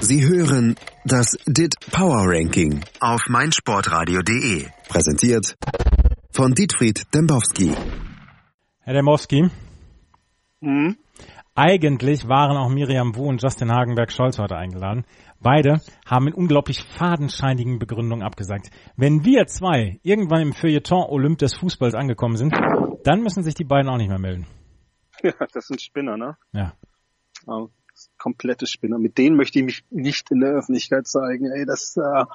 Sie hören das DIT Power Ranking auf meinsportradio.de. Präsentiert von Dietfried Dembowski. Herr Dembowski, Eigentlich waren auch Miriam Wu und Justin Hagenberg-Scholz heute eingeladen. Beide haben in unglaublich fadenscheinigen Begründungen abgesagt. Wenn wir zwei irgendwann im Feuilleton Olymp des Fußballs angekommen sind, dann müssen sich die beiden auch nicht mehr melden. Ja, das sind Spinner, ne? Ja. Komplette Spinner. Mit denen möchte ich mich nicht in der Öffentlichkeit zeigen. Ey, das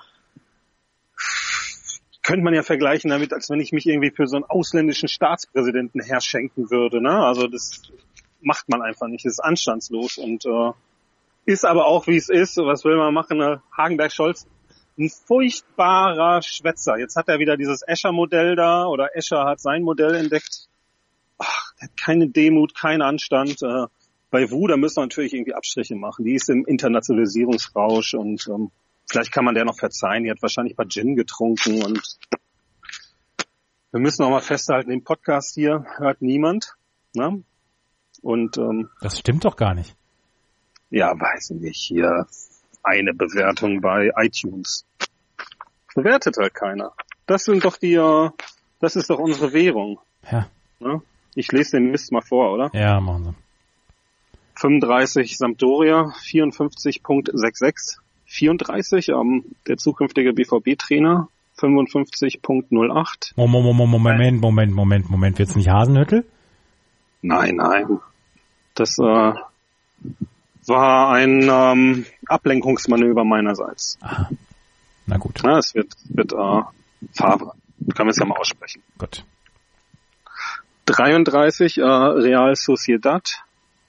könnte man ja vergleichen damit, als wenn ich mich irgendwie für so einen ausländischen Staatspräsidenten herschenken würde, ne? Also das macht man einfach nicht. Das ist anstandslos und ist aber auch, wie es ist. Was will man machen? Hagenberg-Scholz, ein furchtbarer Schwätzer. Jetzt hat er wieder dieses Escher-Modell da, oder Escher hat sein Modell entdeckt. Ach, der hat keine Demut, keinen Anstand. Bei Wu, da müssen wir natürlich irgendwie Abstriche machen. Die ist im Internationalisierungsrausch und vielleicht kann man der noch verzeihen. Die hat wahrscheinlich ein paar Gin getrunken und wir müssen auch mal festhalten, den Podcast hier hört niemand, ne? Und das stimmt doch gar nicht. Ja, weiß ich nicht. Hier eine Bewertung bei iTunes. Bewertet halt keiner. Das sind doch das ist doch unsere Währung. Ja. Ne? Ich lese den Mist mal vor, oder? Ja, machen Sie. 35 Sampdoria, 54.66. 34 der zukünftige BVB-Trainer, 55.08. Moment. Wird's nicht Hasenhüttl? Nein. Das war ein Ablenkungsmanöver meinerseits. Aha. Na gut. Na, es wird Favre. Kann man es ja mal aussprechen. Gut. 33 Real Sociedad,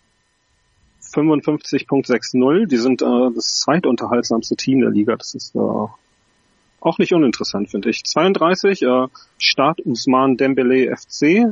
55.60. Die sind das zweitunterhaltsamste Team der Liga. Das ist auch nicht uninteressant, finde ich. 32 Stade Ousmane Dembélé FC,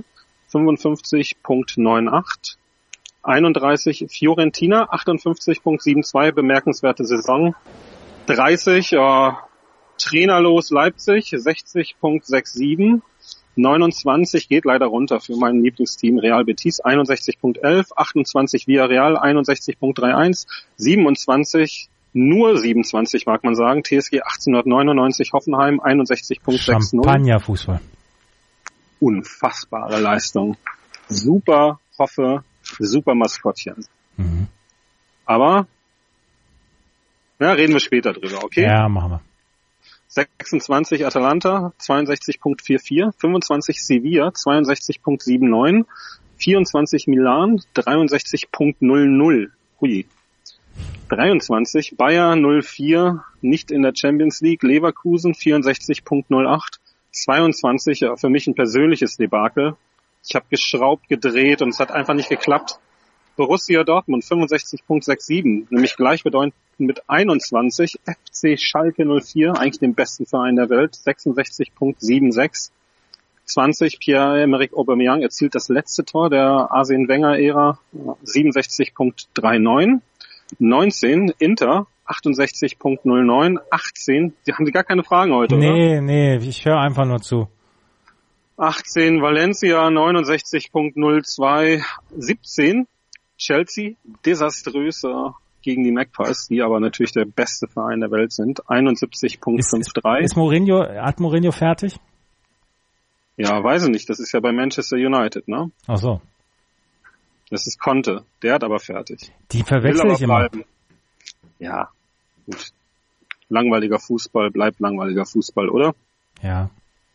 55.98. 31 Fiorentina, 58.72, bemerkenswerte Saison. 30 trainerlos Leipzig, 60.67. 29 geht leider runter für mein Lieblingsteam Real Betis, 61.11, 28 Villarreal, 61.31, 27, nur 27 mag man sagen, TSG 1899 Hoffenheim, 61.60. Champagnerfußball. Unfassbare Leistung. Super super Maskottchen. Mhm. Aber, reden wir später drüber, okay? Ja, machen wir. 26 Atalanta, 62.44, 25 Sevilla, 62.79, 24 Milan, 63.00. Hui. 23 Bayer 04, nicht in der Champions League, Leverkusen 64.08, 22 für mich ein persönliches Debakel. Ich habe geschraubt, gedreht und es hat einfach nicht geklappt. Borussia Dortmund 65.67, nämlich gleichbedeutend mit 21, FC Schalke 04, eigentlich dem besten Verein der Welt, 66.76. 20, Pierre-Emerick Aubameyang erzielt das letzte Tor der Arsene Wenger-Ära, 67.39. 19, Inter, 68.09. 18, die haben gar keine Fragen heute, oder? Nee, ich höre einfach nur zu. 18, Valencia, 69.02. 17, Chelsea, desaströs gegen die Magpies, die aber natürlich der beste Verein der Welt sind, 71.53. Hat Mourinho fertig? Ja, weiß ich nicht, das ist ja bei Manchester United, ne? Ach so. Das ist Conte, der hat aber fertig. Die verwechsel ich immer. Ja, gut. Langweiliger Fußball bleibt langweiliger Fußball, oder? Ja.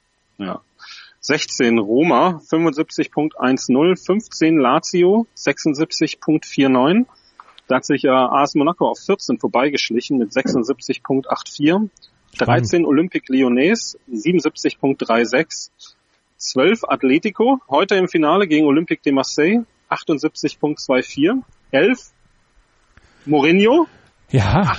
16 Roma, 75.10, 15 Lazio, 76.49. Da hat sich AS Monaco auf 14 vorbeigeschlichen mit 76.84. 13 Olympique Lyonnais, 77.36. 12 Atletico, heute im Finale gegen Olympique de Marseille, 78.24. 11 Mourinho, ja.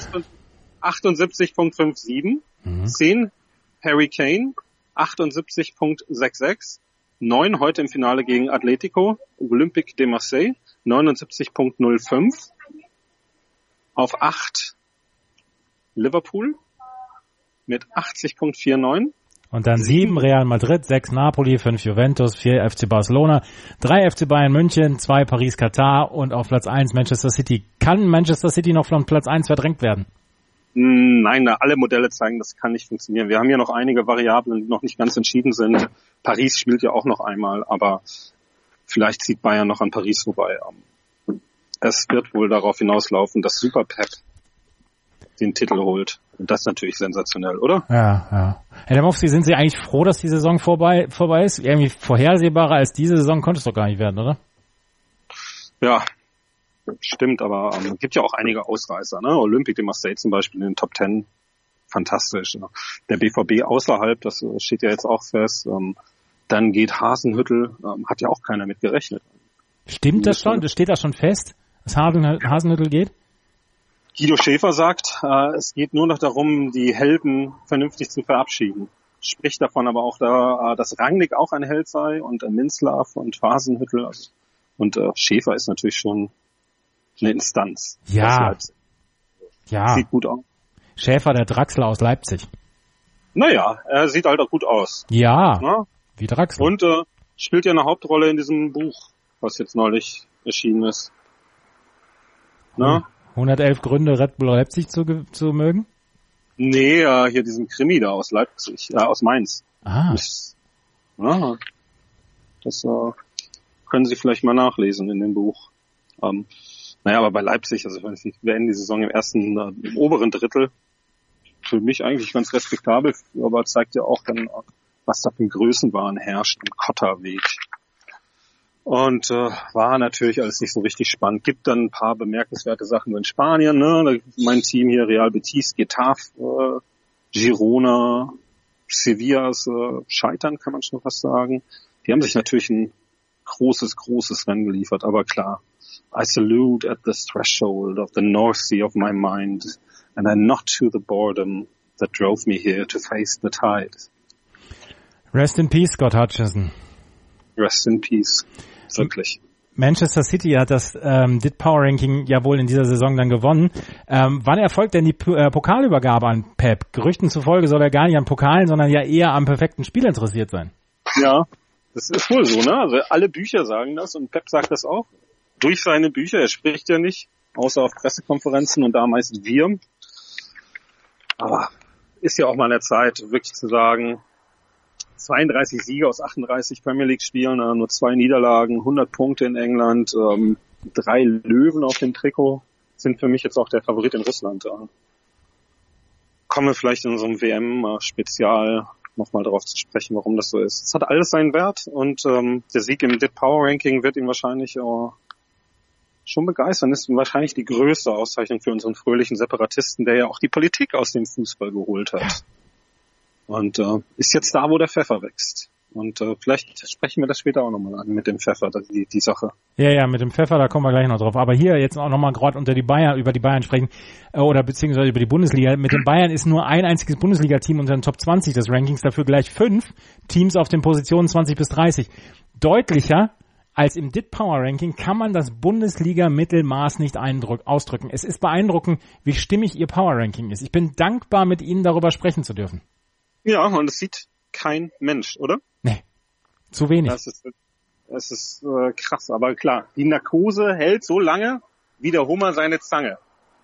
78.57. 10 Harry Kane, 78.66. 9 heute im Finale gegen Atletico, Olympique de Marseille, 79.05. Auf 8 Liverpool mit 80.49. Und dann 7 Real Madrid, 6 Napoli, 5 Juventus, 4 FC Barcelona, 3 FC Bayern München, 2 Paris Katar und auf Platz 1 Manchester City. Kann Manchester City noch von Platz 1 verdrängt werden? Nein, alle Modelle zeigen, das kann nicht funktionieren. Wir haben ja noch einige Variablen, die noch nicht ganz entschieden sind. Paris spielt ja auch noch einmal, aber vielleicht zieht Bayern noch an Paris vorbei. Es wird wohl darauf hinauslaufen, dass Super Pep den Titel holt. Und das ist natürlich sensationell, oder? Ja. Herr Demowski, sind Sie eigentlich froh, dass die Saison vorbei ist? Irgendwie vorhersehbarer als diese Saison konnte es doch gar nicht werden, oder? Ja, stimmt, aber es gibt ja auch einige Ausreißer, ne? Olympique de Marseille zum Beispiel in den Top 10, fantastisch. Ne? Der BVB außerhalb, das steht ja jetzt auch fest. Dann geht Hasenhüttl, hat ja auch keiner mit gerechnet. Stimmt das schon? Das steht da schon fest, dass Hasenhüttl geht? Guido Schäfer sagt, es geht nur noch darum, die Helden vernünftig zu verabschieden. Spricht davon aber auch, dass Rangnick auch ein Held sei und Minzlaff und Hasenhüttl. Und Schäfer ist natürlich schon eine Instanz. Ja. Sieht gut aus. Schäfer, der Draxler aus Leipzig. Naja, er sieht halt auch gut aus. Ja, Na? Wie Draxler. Und spielt ja eine Hauptrolle in diesem Buch, was jetzt neulich erschienen ist. Na? 111 Gründe, Red Bull Leipzig zu mögen? Nee, hier diesen Krimi da aus Leipzig, aus Mainz. Das können Sie vielleicht mal nachlesen in dem Buch. Aber bei Leipzig, also wir beenden die Saison im oberen Drittel. Für mich eigentlich ganz respektabel, aber zeigt ja auch dann, was da für Größenwahn herrscht im Kotterweg. Und war natürlich alles nicht so richtig spannend. Gibt dann ein paar bemerkenswerte Sachen in Spanien, ne? Mein Team hier, Real Betis, Getafe, Girona, Sevillas Scheitern, kann man schon fast sagen. Die haben sich natürlich ein großes Rennen geliefert, aber klar. I salute at the threshold of the North Sea of my mind, and I not to the boredom that drove me here to face the tide. Rest in peace, Scott Hutchison. Rest in peace. Wirklich. Manchester City hat das DIT Power Ranking ja wohl in dieser Saison dann gewonnen. Wann erfolgt denn die Pokalübergabe an Pep? Gerüchten zufolge soll er gar nicht an Pokalen, sondern ja eher am perfekten Spiel interessiert sein. Ja, das ist wohl so, ne? Also alle Bücher sagen das und Pep sagt das auch. Durch seine Bücher, er spricht ja nicht, außer auf Pressekonferenzen und da meist wir. Aber ist ja auch mal an der Zeit, wirklich zu sagen, 32 Siege aus 38 Premier League Spielen, nur 2 Niederlagen, 100 Punkte in England, 3 Löwen auf dem Trikot, sind für mich jetzt auch der Favorit in Russland. Kommen wir vielleicht in so einem WM-Spezial nochmal darauf zu sprechen, warum das so ist. Es hat alles seinen Wert und der Sieg im DIT Power Ranking wird ihn wahrscheinlich schon begeistern. Ist wahrscheinlich die größte Auszeichnung für unseren fröhlichen Separatisten, der ja auch die Politik aus dem Fußball geholt hat. Und ist jetzt da, wo der Pfeffer wächst. Und vielleicht sprechen wir das später auch nochmal an mit dem Pfeffer, die Sache. Ja, mit dem Pfeffer, da kommen wir gleich noch drauf. Aber hier jetzt auch nochmal gerade über die Bayern sprechen, oder beziehungsweise über die Bundesliga. Mit den Bayern ist nur ein einziges Bundesliga-Team unter den Top 20 des Rankings, dafür gleich 5 Teams auf den Positionen 20 bis 30. Deutlicher als im DIT Power Ranking kann man das Bundesliga-Mittelmaß nicht ausdrücken. Es ist beeindruckend, wie stimmig Ihr Power Ranking ist. Ich bin dankbar, mit Ihnen darüber sprechen zu dürfen. Ja, und es sieht kein Mensch, oder? Nee, zu wenig. Das ist krass, aber klar, die Narkose hält so lange, wie der Hummer seine Zange.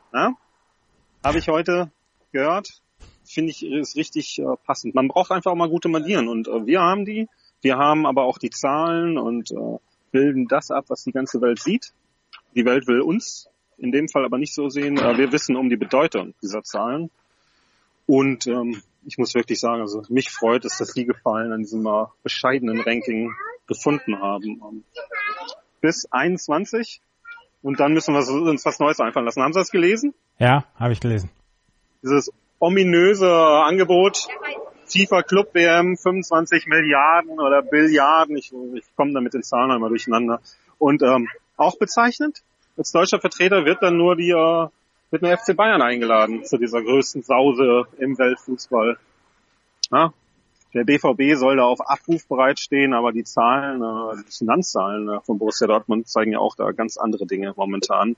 Habe ich heute gehört, finde ich, ist richtig passend. Man braucht einfach auch mal gute Manieren und wir haben die. Wir haben aber auch die Zahlen und bilden das ab, was die ganze Welt sieht. Die Welt will uns in dem Fall aber nicht so sehen. Wir wissen um die Bedeutung dieser Zahlen. Und ich muss wirklich sagen, also mich freut es, dass Sie Gefallen an diesem bescheidenen Ranking gefunden haben. Bis 21. Und dann müssen wir uns was Neues einfallen lassen. Haben Sie das gelesen? Ja, habe ich gelesen. Dieses ominöse Angebot FIFA Club WM, 25 Milliarden oder Billiarden, ich komme da mit den Zahlen einmal durcheinander. Und auch bezeichnend, als deutscher Vertreter wird dann nur wird der FC Bayern eingeladen zu dieser größten Sause im Weltfußball. Ja, der BVB soll da auf Abruf bereitstehen, aber die Zahlen, die Finanzzahlen von Borussia Dortmund zeigen ja auch da ganz andere Dinge momentan.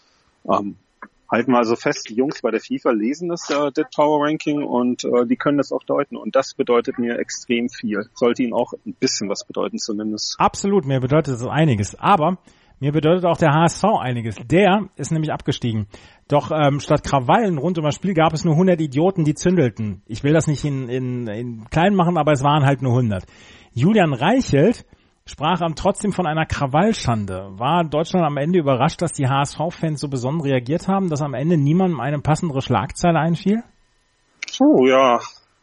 Halten wir also fest, die Jungs bei der FIFA lesen das DIT Power Ranking und die können das auch deuten. Und das bedeutet mir extrem viel. Sollte ihnen auch ein bisschen was bedeuten zumindest. Absolut, mir bedeutet das einiges. Aber Mir bedeutet auch der HSV einiges. Der ist nämlich abgestiegen. Doch statt Krawallen rund um das Spiel gab es nur 100 Idioten, die zündelten. Ich will das nicht in klein machen, aber es waren halt nur 100. Julian Reichelt sprach trotzdem von einer Krawallschande. War Deutschland am Ende überrascht, dass die HSV-Fans so besonnen reagiert haben, dass am Ende niemandem eine passendere Schlagzeile einfiel? Ja.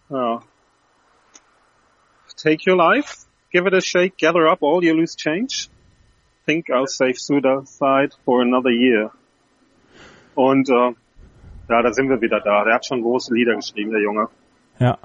Take your life, give it a shake, gather up all your loose change. Think I'll save suicide for another year. Und da sind wir wieder da. Der hat schon große Lieder geschrieben, der Junge. Ja.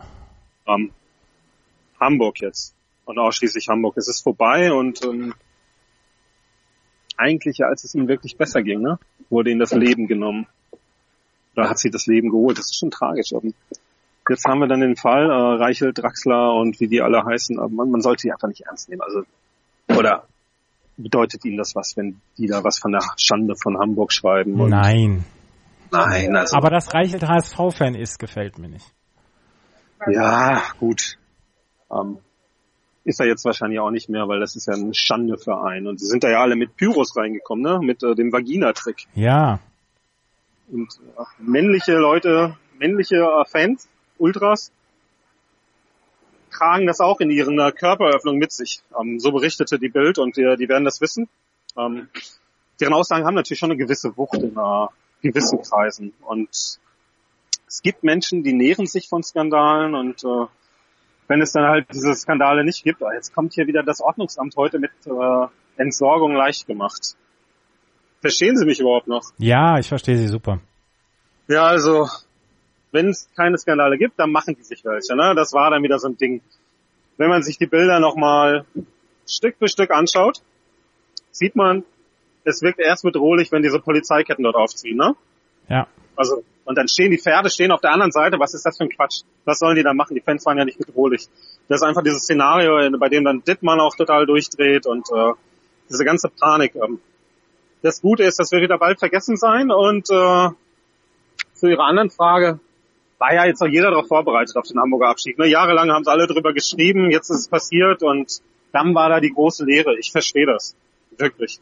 Hamburg jetzt. Und ausschließlich Hamburg. Es ist vorbei und eigentlich, als es ihm wirklich besser ging, ne, wurde ihm das Leben genommen. Da hat sie das Leben geholt. Das ist schon tragisch. Jetzt haben wir dann den Fall, Reichelt, Draxler und wie die alle heißen. Man sollte die einfach nicht ernst nehmen. Also, oder bedeutet Ihnen das was, wenn die da was von der Schande von Hamburg schreiben? Nein. Also. Aber dass Reichelt HSV-Fan ist, gefällt mir nicht. Ja, gut. Ist er jetzt wahrscheinlich auch nicht mehr, weil das ist ja ein Schandeverein. Und sie sind da ja alle mit Pyros reingekommen, ne? Mit dem Vagina-Trick. Ja. Und männliche Leute, Fans, Ultras, tragen das auch in ihren Körperöffnung mit sich. So berichtete die Bild und die werden das wissen. Deren Aussagen haben natürlich schon eine gewisse Wucht in gewissen Kreisen. Und es gibt Menschen, die nähren sich von Skandalen und wenn es dann halt diese Skandale nicht gibt, jetzt kommt hier wieder das Ordnungsamt heute mit Entsorgung leicht gemacht. Verstehen Sie mich überhaupt noch? Ja, ich verstehe Sie super. Ja, also wenn es keine Skandale gibt, dann machen die sich welche. Ne? Das war dann wieder so ein Ding. Wenn man sich die Bilder nochmal Stück für Stück anschaut, sieht man, es wirkt erst bedrohlich, wenn diese Polizeiketten dort aufziehen. Ne? Ja. Also und dann stehen die Pferde auf der anderen Seite. Was ist das für ein Quatsch? Was sollen die da machen? Die Fans waren ja nicht bedrohlich. Das ist einfach dieses Szenario, bei dem dann Dittmann auch total durchdreht und diese ganze Panik. Das Gute ist, dass wir wieder bald vergessen sein und zu Ihrer anderen Frage, war ja jetzt auch jeder darauf vorbereitet, auf den Hamburger Abstieg. Ne? Jahrelang haben sie alle drüber geschrieben, jetzt ist es passiert und dann war da die große Leere. Ich verstehe das. Wirklich.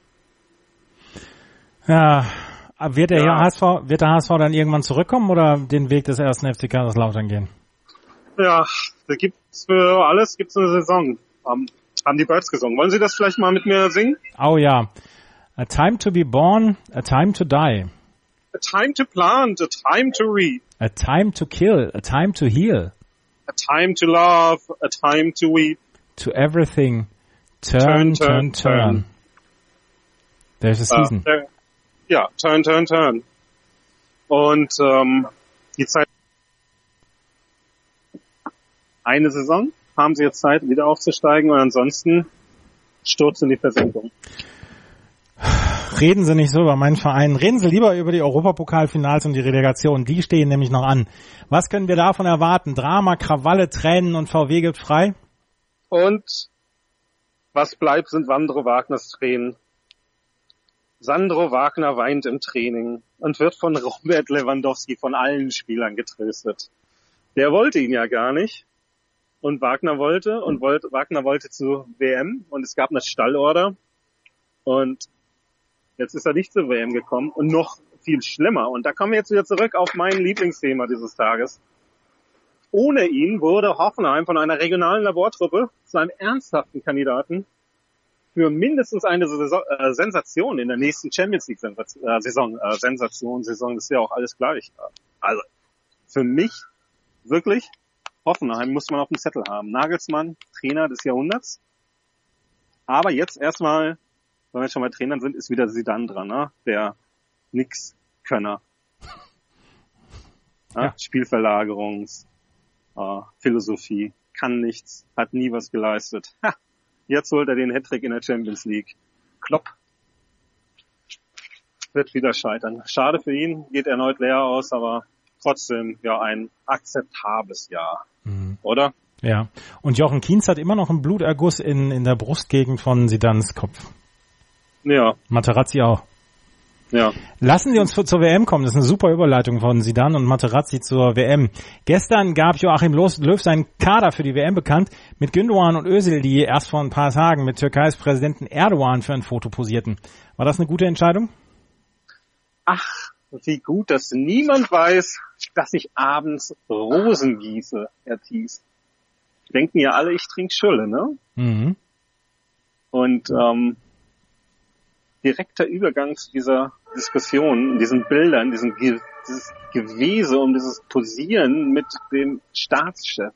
Ja, wird der HSV dann irgendwann zurückkommen oder den Weg des ersten FC Kaiserslautern gehen? Ja, da gibt's für alles eine Saison. Haben die Birds gesungen. Wollen Sie das vielleicht mal mit mir singen? Oh ja. A time to be born, a time to die. A time to plant, a time to reap. A time to kill, a time to heal. A time to love, a time to weep. To everything, turn. There's a season. Ja, turn. Und die Zeit. Eine Saison haben sie jetzt Zeit, wieder aufzusteigen und ansonsten Sturz in die Versenkung. Reden Sie nicht so über meinen Verein. Reden Sie lieber über die Europapokalfinals und die Relegation. Die stehen nämlich noch an. Was können wir davon erwarten? Drama, Krawalle, Tränen und VW gibt frei? Und was bleibt, sind Sandro Wagners Tränen. Sandro Wagner weint im Training und wird von Robert Lewandowski von allen Spielern getröstet. Der wollte ihn ja gar nicht. Und Wagner wollte zur WM und es gab eine Stallorder. Und jetzt ist er nicht zur WM gekommen und noch viel schlimmer. Und da kommen wir jetzt wieder zurück auf mein Lieblingsthema dieses Tages. Ohne ihn wurde Hoffenheim von einer regionalen Labortruppe zu einem ernsthaften Kandidaten für mindestens eine Sensation in der nächsten Champions League Saison. Sensation, Saison, das ist ja auch alles gleich. Also für mich wirklich, Hoffenheim muss man auf dem Zettel haben. Nagelsmann, Trainer des Jahrhunderts. Aber jetzt erstmal, wenn wir schon bei Trainern sind, ist wieder Zidane dran, ne? Der Nix-Könner. Ja. Spielverlagerungs, Philosophie, kann nichts, hat nie was geleistet. Ha, jetzt holt er den Hattrick in der Champions League. Klopp. Wird wieder scheitern. Schade für ihn, geht erneut leer aus, aber trotzdem ja ein akzeptables Jahr. Oder? Ja. Und Jochen Kienz hat immer noch einen Bluterguss in der Brustgegend von Zidanes Kopf. Ja. Materazzi auch. Ja. Lassen Sie uns zur WM kommen. Das ist eine super Überleitung von Zidane und Materazzi zur WM. Gestern gab Joachim Löw seinen Kader für die WM bekannt mit Gündoğan und Özil, die erst vor ein paar Tagen mit Türkeis Präsidenten Erdogan für ein Foto posierten. War das eine gute Entscheidung? Ach, wie gut, dass niemand weiß, dass ich abends Rosen gieße, Herr Thies. Denken ja alle, ich trinke Schulle, ne? Mhm. Und direkter Übergang zu dieser Diskussion, diesen Bildern, dieses Gewese und dieses Posieren mit dem Staatschef.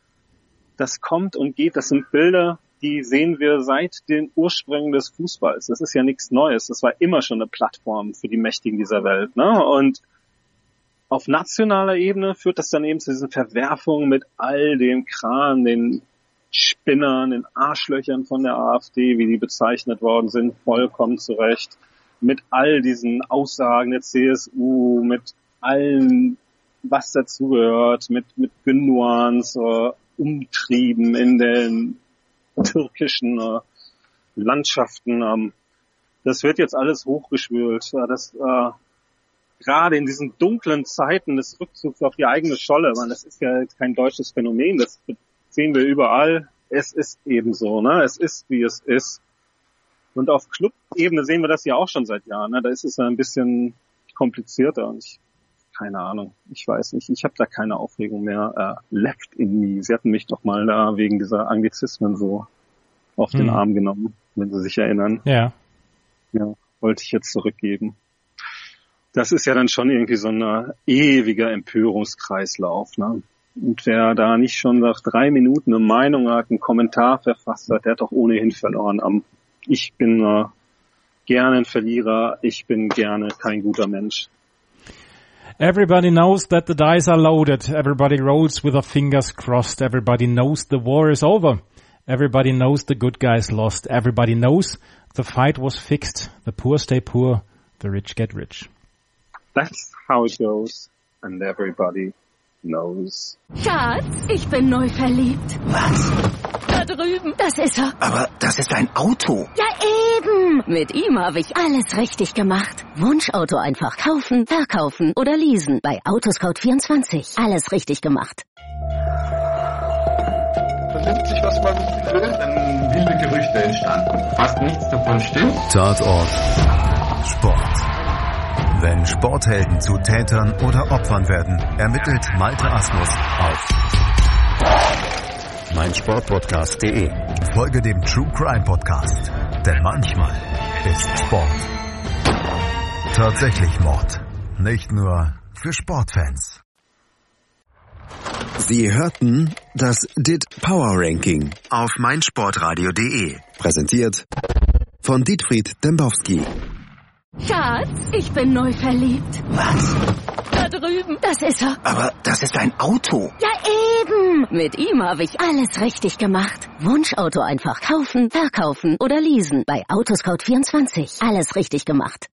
Das kommt und geht, das sind Bilder, die sehen wir seit den Ursprüngen des Fußballs. Das ist ja nichts Neues, das war immer schon eine Plattform für die Mächtigen dieser Welt, ne? Und auf nationaler Ebene führt das dann eben zu diesen Verwerfungen mit all dem Kram, den Spinnern, den Arschlöchern von der AfD, wie die bezeichnet worden sind, vollkommen zu Recht, mit all diesen Aussagen der CSU, mit allem, was dazugehört, mit Gündoğans Umtrieben in den türkischen Landschaften. Das wird jetzt alles hochgeschwült. Das gerade in diesen dunklen Zeiten des Rückzugs auf die eigene Scholle, man, das ist ja kein deutsches Phänomen, das sehen wir überall. Es ist eben so, ne? Es ist, wie es ist. Und auf Club-Ebene sehen wir das ja auch schon seit Jahren, ne? Da ist es ja ein bisschen komplizierter und keine Ahnung, ich weiß nicht, ich habe da keine Aufregung mehr left in me. Sie hatten mich doch mal da wegen dieser Anglizismen so auf den Arm genommen, wenn Sie sich erinnern. Ja. Ja, wollte ich jetzt zurückgeben. Das ist ja dann schon irgendwie so ein ewiger Empörungskreislauf, ne? Und wer da nicht schon nach 3 Minuten eine Meinung hat, einen Kommentar verfasst hat, der hat doch ohnehin verloren. Ich bin gerne ein Verlierer, ich bin gerne kein guter Mensch. Everybody knows that the dice are loaded. Everybody rolls with their fingers crossed. Everybody knows the war is over. Everybody knows the good guys lost. Everybody knows the fight was fixed. The poor stay poor, the rich get rich. That's how it goes. And everybody knows. Schatz, ich bin neu verliebt. Was? Da drüben. Das ist er. Aber das ist ein Auto. Ja, eben. Mit ihm habe ich alles richtig gemacht. Wunschauto einfach kaufen, verkaufen oder leasen. Bei Autoscout24. Alles richtig gemacht. Vernimmt sich, was man will, dann wilde Gerüchte entstanden. Fast nichts davon stimmt. Tatort Sport. Wenn Sporthelden zu Tätern oder Opfern werden, ermittelt Malte Asmus auf meinsportpodcast.de. Folge dem True Crime Podcast, denn manchmal ist Sport tatsächlich Mord. Nicht nur für Sportfans. Sie hörten das DIT Power Ranking auf meinsportradio.de. Präsentiert von Dietfried Dembowski. Schatz, ich bin neu verliebt. Was? Da drüben. Das ist er. Aber das ist ein Auto. Ja, eben. Mit ihm habe ich alles richtig gemacht. Wunschauto einfach kaufen, verkaufen oder leasen. Bei Autoscout24. Alles richtig gemacht.